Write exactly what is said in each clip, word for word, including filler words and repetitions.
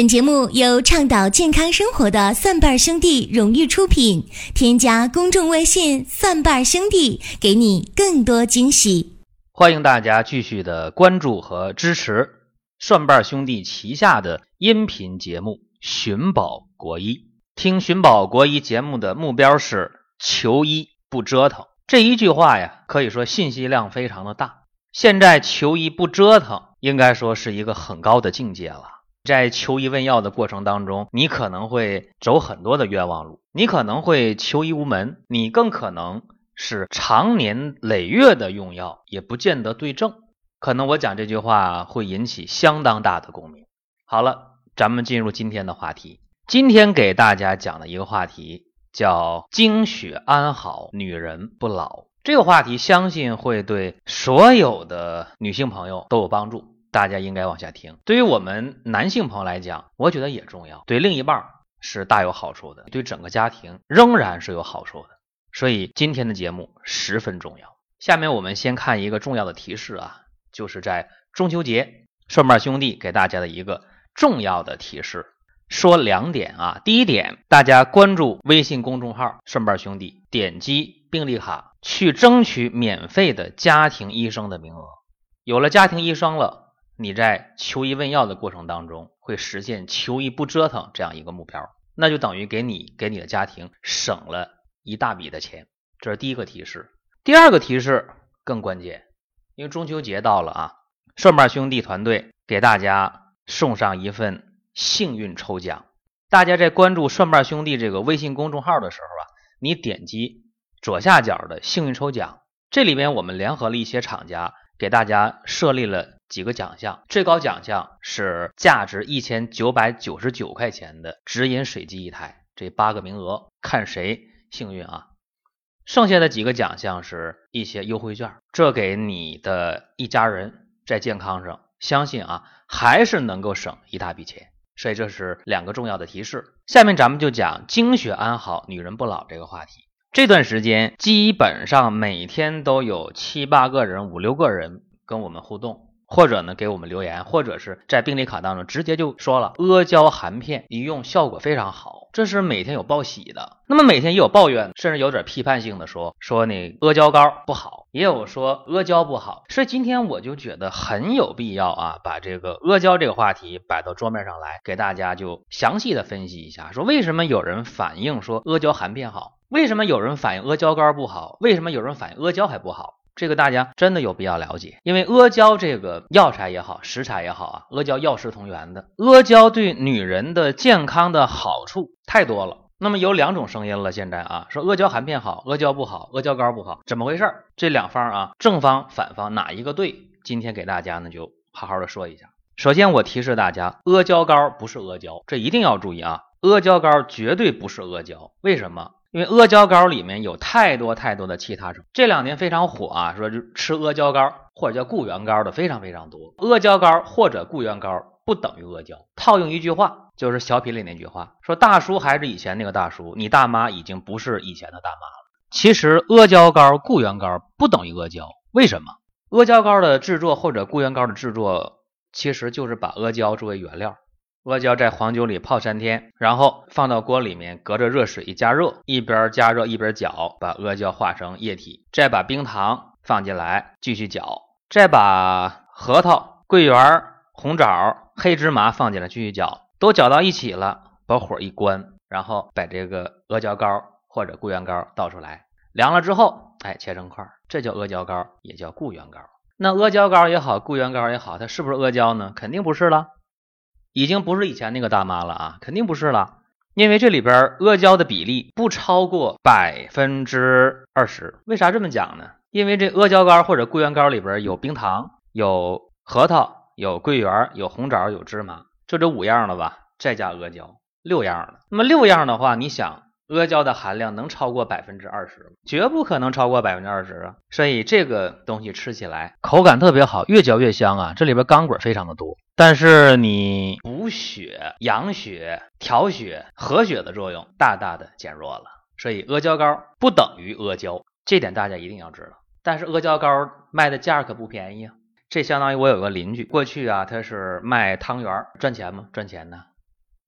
本节目由倡导健康生活的蒜瓣兄弟荣誉出品，添加公众微信蒜瓣兄弟，给你更多惊喜。 欢迎大家继续的关注和支持蒜瓣兄弟旗下的音频节目寻宝国医。听寻宝国医节目的目标是求医不折腾，这一句话呀，可以说信息量非常的大。现在求医不折腾，应该说是一个很高的境界了。在求医问药的过程当中，你可能会走很多的冤枉路，你可能会求医无门，你更可能是长年累月的用药，也不见得对症。可能我讲这句话会引起相当大的共鸣。好了，咱们进入今天的话题。今天给大家讲的一个话题叫经血安好，女人不老。这个话题相信会对所有的女性朋友都有帮助，大家应该往下听。对于我们男性朋友来讲，我觉得也重要，对另一半是大有好处的，对整个家庭仍然是有好处的。所以今天的节目十分重要。下面我们先看一个重要的提示啊，就是在中秋节，蒜瓣兄弟给大家的一个重要的提示，说两点啊。第一点，大家关注微信公众号蒜瓣兄弟，点击病历卡去争取免费的家庭医生的名额。有了家庭医生了，你在求医问药的过程当中会实现求医不折腾这样一个目标，那就等于给你给你的家庭省了一大笔的钱。这是第一个提示。第二个提示更关键，因为中秋节到了啊，蒜瓣兄弟团队给大家送上一份幸运抽奖。大家在关注蒜瓣兄弟这个微信公众号的时候啊，你点击左下角的幸运抽奖，这里边我们联合了一些厂家，给大家设立了几个奖项。最高奖项是价值一千九百九十九块钱的直饮水机一台，这八个名额看谁幸运啊。剩下的几个奖项是一些优惠券，这给你的一家人在健康上相信啊还是能够省一大笔钱。所以这是两个重要的提示。下面咱们就讲经血安好，女人不老这个话题。这段时间基本上每天都有七八个人五六个人跟我们互动，或者呢给我们留言，或者是在病历卡当中直接就说了阿胶含片一用效果非常好，这是每天有报喜的。那么每天也有抱怨，甚至有点批判性的说说那阿胶膏不好，也有说阿胶不好。所以今天我就觉得很有必要啊，把这个阿胶这个话题摆到桌面上来，给大家就详细的分析一下，说为什么有人反映说阿胶含片好，为什么有人反映阿胶膏不好，为什么有人反映阿胶还不好。这个大家真的有必要了解，因为阿胶这个药材也好，食材也好啊，阿胶药食同源的，阿胶对女人的健康的好处太多了。那么有两种声音了，现在啊，说阿胶含片好，阿胶不好，阿胶膏不好，怎么回事？这两方啊，正方反方哪一个对？今天给大家呢就好好的说一下。首先我提示大家，阿胶膏不是阿胶，这一定要注意啊，阿胶膏绝对不是阿胶。为什么？因为阿胶膏里面有太多太多的其他成分，这两年非常火啊，说吃阿胶膏或者叫固元膏的非常非常多。阿胶膏或者固元膏不等于阿胶。套用一句话，就是小品里那句话，说大叔还是以前那个大叔，你大妈已经不是以前的大妈了。其实阿胶膏固元膏不等于阿胶。为什么？阿胶膏的制作或者固元膏的制作其实就是把阿胶作为原料，阿胶在黄酒里泡三天，然后放到锅里面，隔着热水一加热，一边加热一边搅，把阿胶化成液体，再把冰糖放进来继续搅，再把核桃、桂圆、红枣、黑芝麻放进来继续搅，都搅到一起了，把火一关，然后把这个阿胶膏或者固元膏倒出来，凉了之后哎，切成块，这叫阿胶膏，也叫固元膏。那阿胶膏也好，固元膏也好，它是不是阿胶呢？肯定不是了，已经不是以前那个大妈了啊，肯定不是了。因为这里边阿胶的比例不超过百分之二十。为啥这么讲呢？因为这阿胶膏或者固元膏里边有冰糖，有核桃，有桂圆，有红枣，有芝麻，就这五样了吧，再加阿胶，六样了。那么六样的话，你想阿胶的含量能超过百分之二十吗？绝不可能超过百分之二十啊！所以这个东西吃起来口感特别好，越嚼越香啊！这里边钢管非常的多，但是你补血、养血、调血、和血的作用大大的减弱了。所以阿胶膏不等于阿胶，这点大家一定要知道。但是阿胶膏卖的价可不便宜啊！这相当于我有个邻居，过去啊他是卖汤圆，赚钱吗？赚钱呢。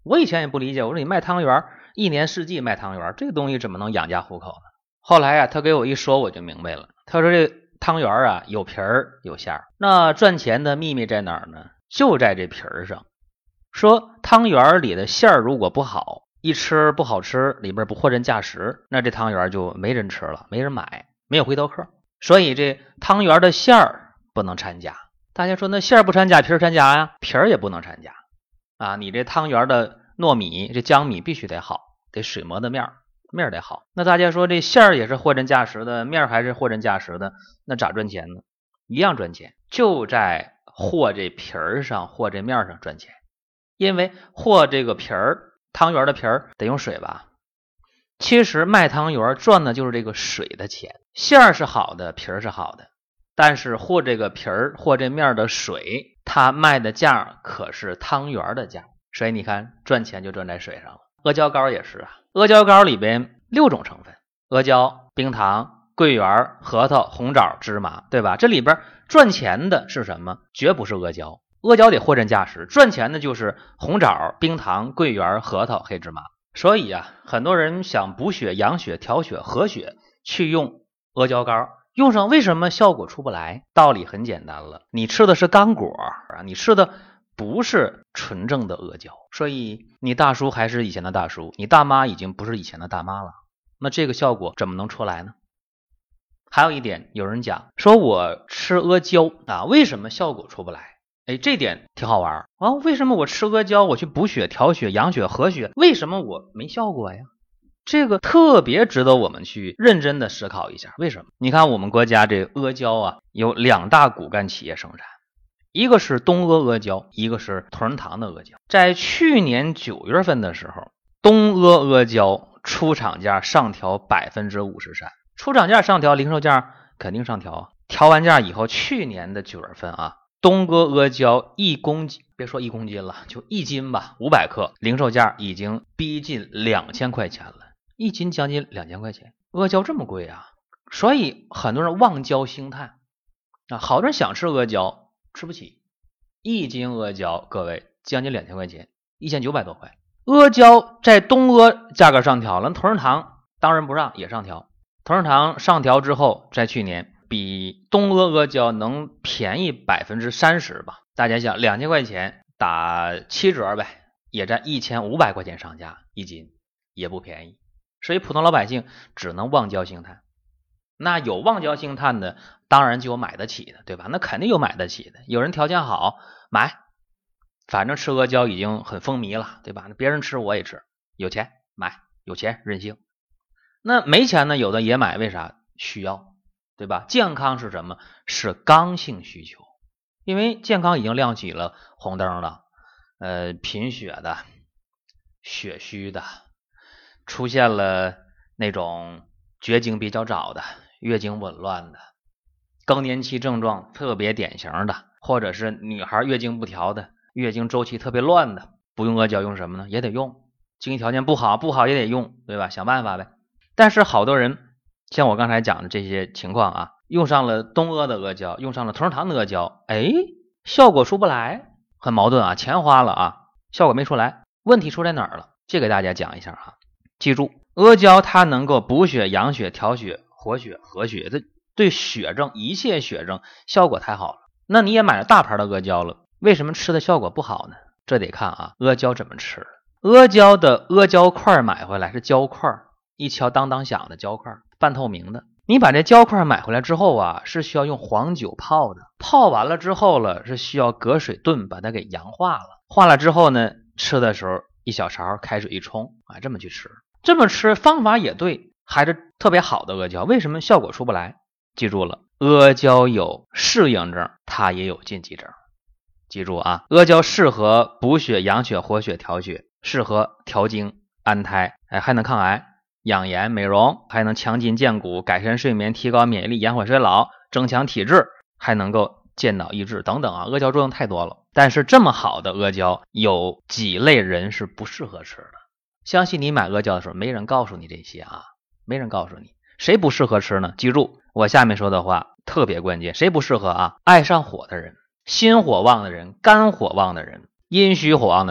我以前也不理解，我说你卖汤圆，一年四季卖汤圆，这个东西怎么能养家糊口呢？后来啊，他给我一说，我就明白了。他说这汤圆啊，有皮儿有馅儿，那赚钱的秘密在哪儿呢？就在这皮儿上。说汤圆里的馅儿如果不好，一吃不好吃，里边不货真价实，那这汤圆就没人吃了，没人买，没有回头客。所以这汤圆的馅儿不能掺假。大家说那馅儿不掺假，皮儿掺假呀？皮儿也不能掺假啊！你这汤圆的糯米这江米必须得好，得水磨的面儿，面儿得好。那大家说这馅儿也是货真价实的，面儿还是货真价实的，那咋赚钱呢？一样赚钱，就在和这皮儿上，和这面上赚钱。因为和这个皮儿，汤圆的皮儿得用水吧。其实卖汤圆赚的就是这个水的钱，馅儿是好的，皮儿是好的，但是和这个皮儿和这面的水，它卖的价可是汤圆的价。所以你看赚钱就赚在水上了。阿胶糕也是啊，阿胶糕里边六种成分，阿胶、冰糖、桂圆、核桃、红枣、芝麻，对吧？这里边赚钱的是什么？绝不是阿胶，阿胶得货真价实，赚钱的就是红枣、冰糖、桂圆、核桃、黑芝麻。所以啊，很多人想补血、养血、调血、和血，去用阿胶糕，用上为什么效果出不来？道理很简单了，你吃的是干果啊，你吃的不是纯正的阿胶，所以你大叔还是以前的大叔，你大妈已经不是以前的大妈了，那这个效果怎么能出来呢？还有一点，有人讲说我吃阿胶啊，为什么效果出不来？哎，这点挺好玩啊！为什么我吃阿胶，我去补血、调血、养血、和血，为什么我没效果呀？这个特别值得我们去认真的思考一下，为什么？你看我们国家这阿胶啊，有两大骨干企业生产，一个是东阿阿胶，一个是同仁堂的阿胶。在去年九月份的时候，东阿阿胶出厂价上调 百分之五十三， 出厂价上调，零售价肯定上调啊。调完价以后，去年的九月份啊，东阿阿胶一公斤，别说一公斤了，就一斤吧，五百克，零售价已经逼近两千块钱了，一斤将近两千块钱，阿胶这么贵啊！所以很多人望胶兴叹啊，好多人想吃阿胶，吃不起，一斤阿胶，各位将近两千块钱，一千九百多块。阿胶在东阿价格上调了，同仁堂当仁不让也上调，同仁堂上调之后，在去年比东阿阿胶能便宜 百分之三十 吧。大家想两千块钱打七折呗，也在一千五百块钱上架一斤，也不便宜。所以普通老百姓只能望胶兴叹。那有望胶兴叹的，当然就有买得起的，对吧？那肯定有买得起的，有人条件好买，反正吃阿胶已经很风靡了，对吧？别人吃我也吃，有钱买，有钱任性。那没钱呢，有的也买，为啥？需要，对吧？健康是什么？是刚性需求，因为健康已经亮起了红灯了，呃，贫血的、血虚的，出现了那种绝经比较早的、月经紊乱的、更年期症状特别典型的，或者是女孩月经不调的、月经周期特别乱的，不用阿胶用什么呢？也得用。经济条件不好，不好也得用，对吧？想办法呗。但是好多人像我刚才讲的这些情况啊，用上了东阿的阿胶，用上了同仁堂的阿胶，哎，效果出不来，很矛盾啊，钱花了啊，效果没出来，问题出在哪儿了？这给大家讲一下哈。记住，阿胶它能够补血、养血、调血、活血、和血，这对血症一切血症效果太好了。那你也买了大牌的阿胶了，为什么吃的效果不好呢？这得看啊，阿胶怎么吃。阿胶的阿胶块买回来是胶块，一敲当当响的胶块，半透明的。你把这胶块买回来之后啊，是需要用黄酒泡的，泡完了之后了，是需要隔水炖，把它给洋化了。化了之后呢，吃的时候一小勺开水一冲啊，这么去吃。这么吃方法也对，还是特别好的阿胶，为什么效果出不来？记住了，阿胶有适应症，它也有禁忌症。记住啊，阿胶适合补血、养血、活血、调血，适合调经、安胎，哎，还能抗癌、养颜、美容，还能强筋健骨、改善睡眠、提高免疫力、延缓衰老、增强体质，还能够健脑益智等等啊，阿胶作用太多了。但是这么好的阿胶，有几类人是不适合吃的。相信你买阿胶的时候，没人告诉你这些啊，没人告诉你。谁不适合吃呢？记住我下面说的话特别关键，谁不适合啊？爱上火的人，心火旺的人，肝火旺的人，阴虚火旺的人，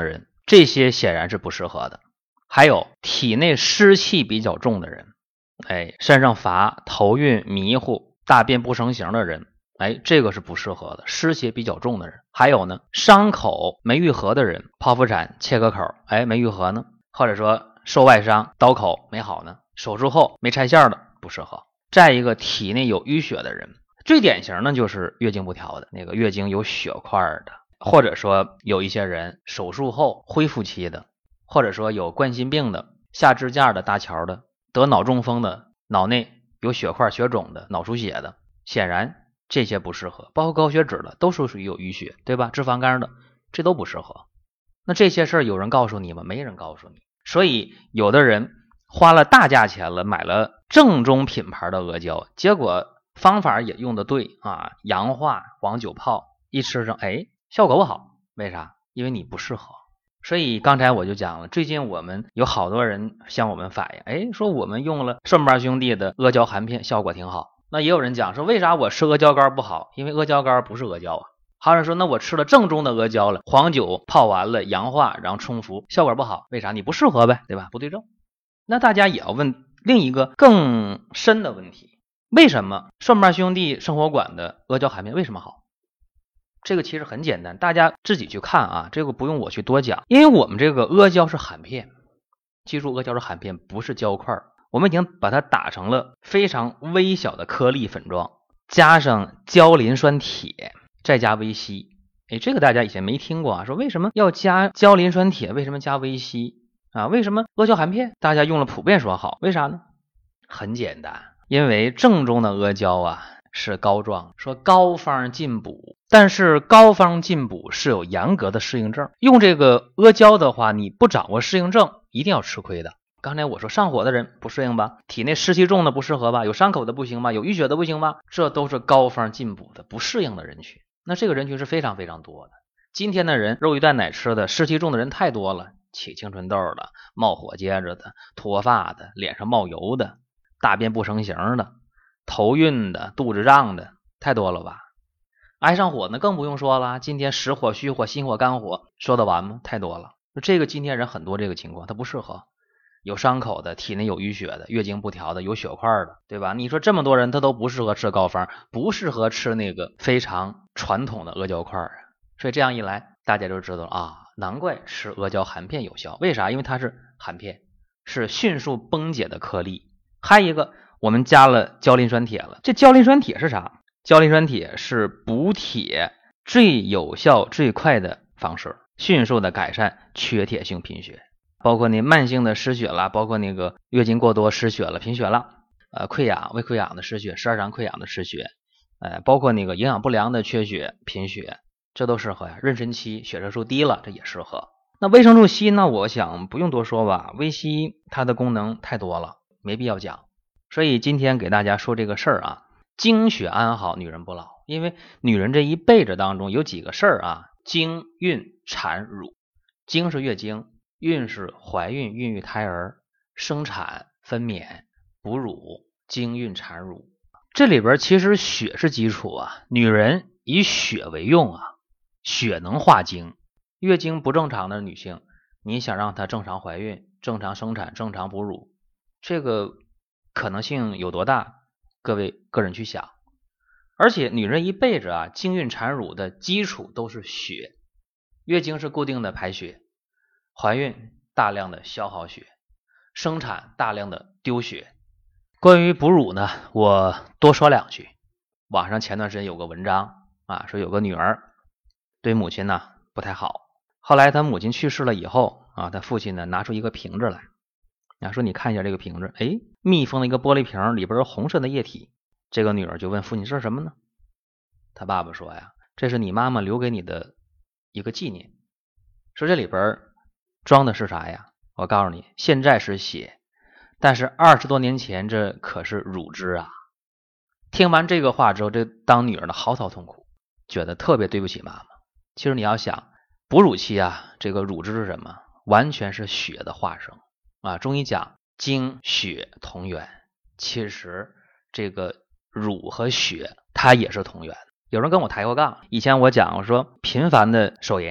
这些显然是不适合的。还有体内湿气比较重的人，哎，身上乏、头晕、迷糊、大便不成形的人，哎，这个是不适合的，湿气比较重的人。还有呢，伤口没愈合的人，剖腹产切个口，哎，没愈合呢，或者说受外伤刀口没好呢，手术后没拆线的不适合。再一个，体内有淤血的人，最典型的就是月经不调的，那个月经有血块的，或者说有一些人手术后恢复期的，或者说有冠心病的、下支架的、搭桥的、得脑中风的、脑内有血块血肿的、脑出血的，显然这些不适合。包括高血脂的都是属于有淤血，对吧？脂肪肝的这都不适合。那这些事儿有人告诉你吗？没人告诉你。所以有的人花了大价钱了，买了正宗品牌的阿胶，结果方法也用的对啊，阳化、黄酒泡，一吃上，哎，效果不好。为啥？因为你不适合。所以刚才我就讲了，最近我们有好多人向我们反映，哎，说我们用了顺瓣兄弟的阿胶含片，效果挺好。那也有人讲说，为啥我吃阿胶干不好？因为阿胶干不是阿胶啊。还有人说，那我吃了正宗的阿胶了，黄酒泡完了，阳化，然后冲服，效果不好，为啥？你不适合呗，对吧？不对症。那大家也要问另一个更深的问题，为什么顺瓣兄弟生活馆的阿胶含片为什么好？这个其实很简单，大家自己去看啊，这个不用我去多讲。因为我们这个阿胶是含片，记住阿胶是含片，不是胶块，我们已经把它打成了非常微小的颗粒粉状，加上胶磷酸铁，再加维 C。 哎，这个大家以前没听过啊，说为什么要加胶磷酸铁，为什么加维 C 啊？为什么阿胶含片大家用了普遍说好？为啥呢？很简单，因为正宗的阿胶啊是膏状，说膏方进补，但是膏方进补是有严格的适应症，用这个阿胶的话，你不掌握适应症一定要吃亏的。刚才我说上火的人不适应吧，体内湿气重的不适合吧，有伤口的不行吧，有淤血的不行吧，这都是膏方进补的不适应的人群。那这个人群是非常非常多的。今天的人肉鱼蛋奶吃的湿气重的人太多了，起青春痘的，冒火疖子的，脱发的，脸上冒油的，大便不成形的，头晕的，肚子胀的，太多了吧。爱上火呢更不用说了，今天实火虚火心火肝火说得完吗？太多了。这个今天人很多这个情况，他不适合。有伤口的，体内有淤血的，月经不调的，有血块的，对吧？你说这么多人他都不适合吃膏方，不适合吃那个非常传统的阿胶块啊。所以这样一来大家就知道了啊，难怪吃阿胶含片有效。为啥？因为它是含片，是迅速崩解的颗粒。还有一个，我们加了胶磷酸铁了。这胶磷酸铁是啥？胶磷酸铁是补铁最有效最快的方式，迅速的改善缺铁性贫血，包括你慢性的失血了，包括那个月经过多失血了，贫血了，呃，溃疡、胃溃疡的失血，十二肠溃疡的失血，呃，包括那个营养不良的缺血、贫血，这都适合呀。妊娠期血色素低了，这也适合。那维生素 C 呢？我想不用多说吧，维 C 它的功能太多了，没必要讲。所以今天给大家说这个事儿啊，经血安好，女人不老。因为女人这一辈子当中有几个事儿啊，经、孕、产、乳。经是月经，孕是怀孕、孕育胎儿、生产、分娩、哺乳，经、孕、产、乳。这里边其实血是基础啊，女人以血为用啊，血能化经。月经不正常的女性，你想让她正常怀孕、正常生产、正常哺乳，这个可能性有多大？各位个人去想。而且女人一辈子啊，经孕产乳的基础都是血。月经是固定的排血，怀孕大量的消耗血，生产大量的丢血。关于哺乳呢，我多说两句。网上前段时间有个文章啊，说有个女儿对母亲呢不太好，后来她母亲去世了以后啊，她父亲呢拿出一个瓶子来啊，说你看一下这个瓶子，诶，密封的一个玻璃瓶，里边有红色的液体。这个女儿就问父亲，这是什么呢？他爸爸说呀，这是你妈妈留给你的一个纪念。说这里边装的是啥呀？我告诉你，现在是血，但是二十多年前这可是乳汁啊。听完这个话之后，这当女儿的嚎啕痛哭，觉得特别对不起妈妈。其实你要想，哺乳期啊，这个乳汁是什么？完全是血的化生啊。中医讲精血同源，其实这个乳和血它也是同源。有人跟我抬过杠，以前我讲我说频繁的手淫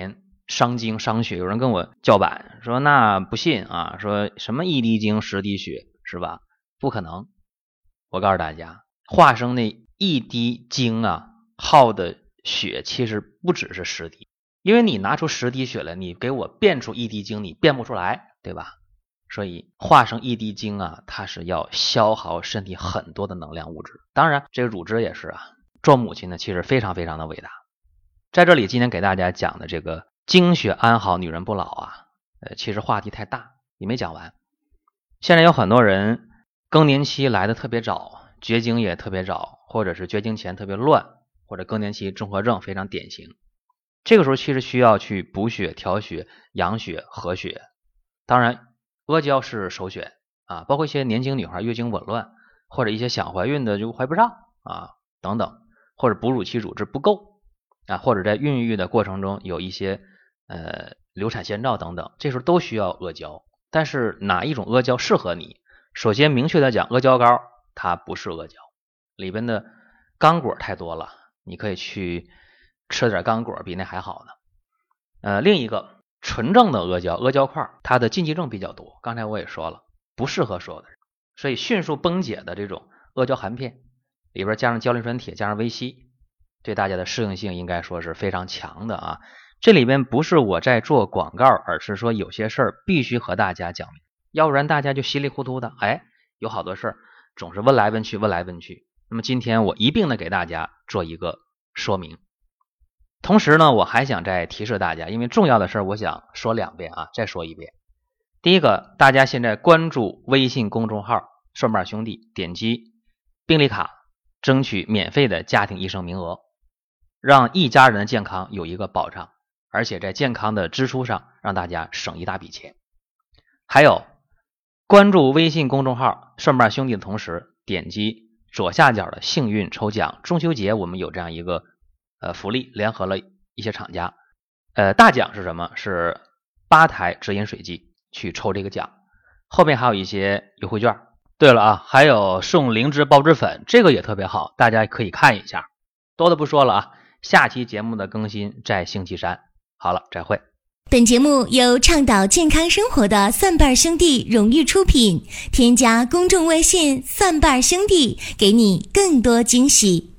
伤精伤血，有人跟我叫板说那不信啊，说什么一滴精十滴血是吧？不可能。我告诉大家，化生那一滴精啊，耗的血其实不只是十滴，因为你拿出十滴血来，你给我变出一滴精，你变不出来，对吧？所以化生一滴精啊，它是要消耗身体很多的能量物质。当然这个乳汁也是啊，做母亲呢其实非常非常的伟大。在这里今天给大家讲的这个精血安好女人不老啊，呃，其实话题太大，也没讲完。现在有很多人更年期来的特别早，绝经也特别早，或者是绝经前特别乱，或者更年期综合症非常典型。这个时候其实需要去补血、调血、养血、和血。当然阿胶是首选啊，包括一些年轻女孩月经紊乱，或者一些想怀孕的就怀不上啊等等，或者哺乳期乳汁不够啊，或者在孕育的过程中有一些呃流产先兆等等，这时候都需要阿胶。但是哪一种阿胶适合你？首先明确的讲，阿胶膏它不是阿胶，里边的刚果太多了，你可以去吃点刚果，比那还好呢。呃，另一个纯正的阿胶，阿胶块它的禁忌症比较多，刚才我也说了，不适合所有的人，所以迅速崩解的这种阿胶含片里边加上胶磷酸铁加上维 C， 对大家的适应性应该说是非常强的啊。这里边不是我在做广告，而是说有些事儿必须和大家讲明，要不然大家就稀里糊涂的，哎，有好多事儿总是问来问去问来问去。那么今天我一并的给大家做一个说明。同时呢，我还想再提示大家，因为重要的事儿我想说两遍啊，再说一遍。第一个，大家现在关注微信公众号顺瓣兄弟，点击病历卡争取免费的家庭医生名额，让一家人的健康有一个保障，而且在健康的支出上让大家省一大笔钱。还有关注微信公众号顺瓣兄弟的同时，点击左下角的幸运抽奖，中秋节我们有这样一个呃福利，联合了一些厂家，呃大奖是什么？是八台直饮水机去抽这个奖，后面还有一些优惠券。对了啊，还有送灵芝孢子粉，这个也特别好，大家可以看一下。多的不说了啊，下期节目的更新在星期三。好了，再会。 本节目由倡导健康生活的蒜瓣兄弟荣誉出品，添加公众微信蒜瓣兄弟，给你更多惊喜。